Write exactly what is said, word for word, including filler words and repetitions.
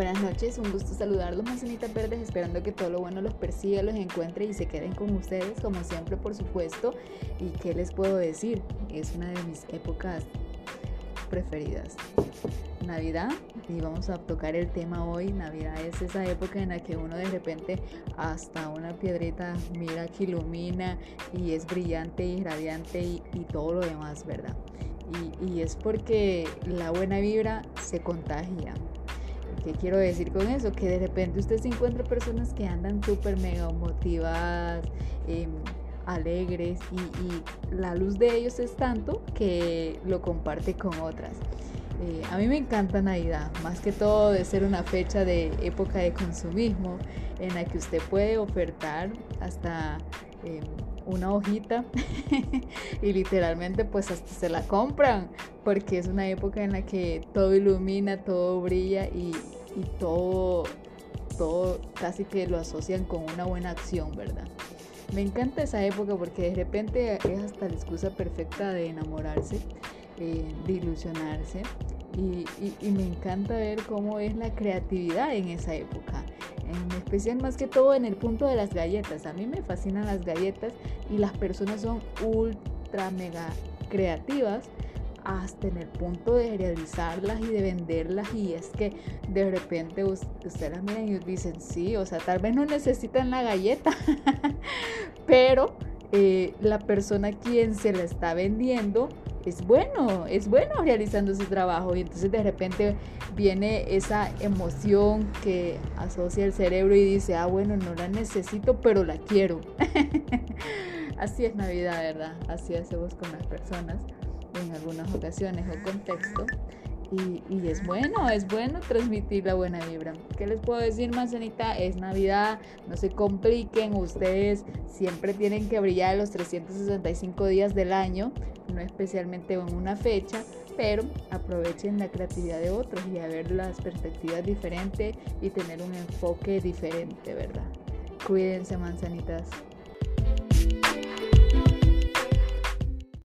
Buenas noches, un gusto saludarlos, manzanitas verdes, esperando que todo lo bueno los persiga, los encuentre y se queden con ustedes, como siempre, por supuesto. ¿Y qué les puedo decir? Es una de mis épocas preferidas. Navidad, y vamos a tocar el tema hoy. Navidad es esa época en la que uno de repente hasta una piedrita mira que ilumina y es brillante y radiante y, y todo lo demás, ¿verdad? Y, y es porque la buena vibra se contagia. ¿Qué quiero decir con eso? Que de repente usted se encuentra personas que andan súper mega motivadas, eh, alegres y, y la luz de ellos es tanto que lo comparte con otras. Eh, a mí me encanta Navidad, más que todo de ser una fecha de época de consumismo en la que usted puede ofertar hasta eh, una hojita y literalmente pues hasta se la compran porque es una época en la que todo ilumina, todo brilla y, y todo, todo casi que lo asocian con una buena acción, ¿verdad? Me encanta esa época porque de repente es hasta la excusa perfecta de enamorarse, eh, de ilusionarse y, y, y me encanta ver cómo es la creatividad en esa época, en especial más que todo en el punto de las galletas. A mí me fascinan las galletas y las personas son ultra mega creativas hasta en el punto de realizarlas y de venderlas, y es que de repente ustedes las miran y dicen sí, o sea, tal vez no necesitan la galleta pero eh, la persona quien se la está vendiendo es bueno, es bueno realizando su trabajo, y entonces de repente viene esa emoción que asocia el cerebro y dice, ah bueno, no la necesito pero la quiero. Así es Navidad, ¿verdad? Así hacemos con las personas en algunas ocasiones o contextos. Y, y es bueno, es bueno transmitir la buena vibra. ¿Qué les puedo decir, manzanita? Es Navidad, no se compliquen, ustedes siempre tienen que brillar los trescientos sesenta y cinco días del año, no especialmente en una fecha, pero aprovechen la creatividad de otros y a ver las perspectivas diferentes y tener un enfoque diferente, ¿verdad? Cuídense, manzanitas.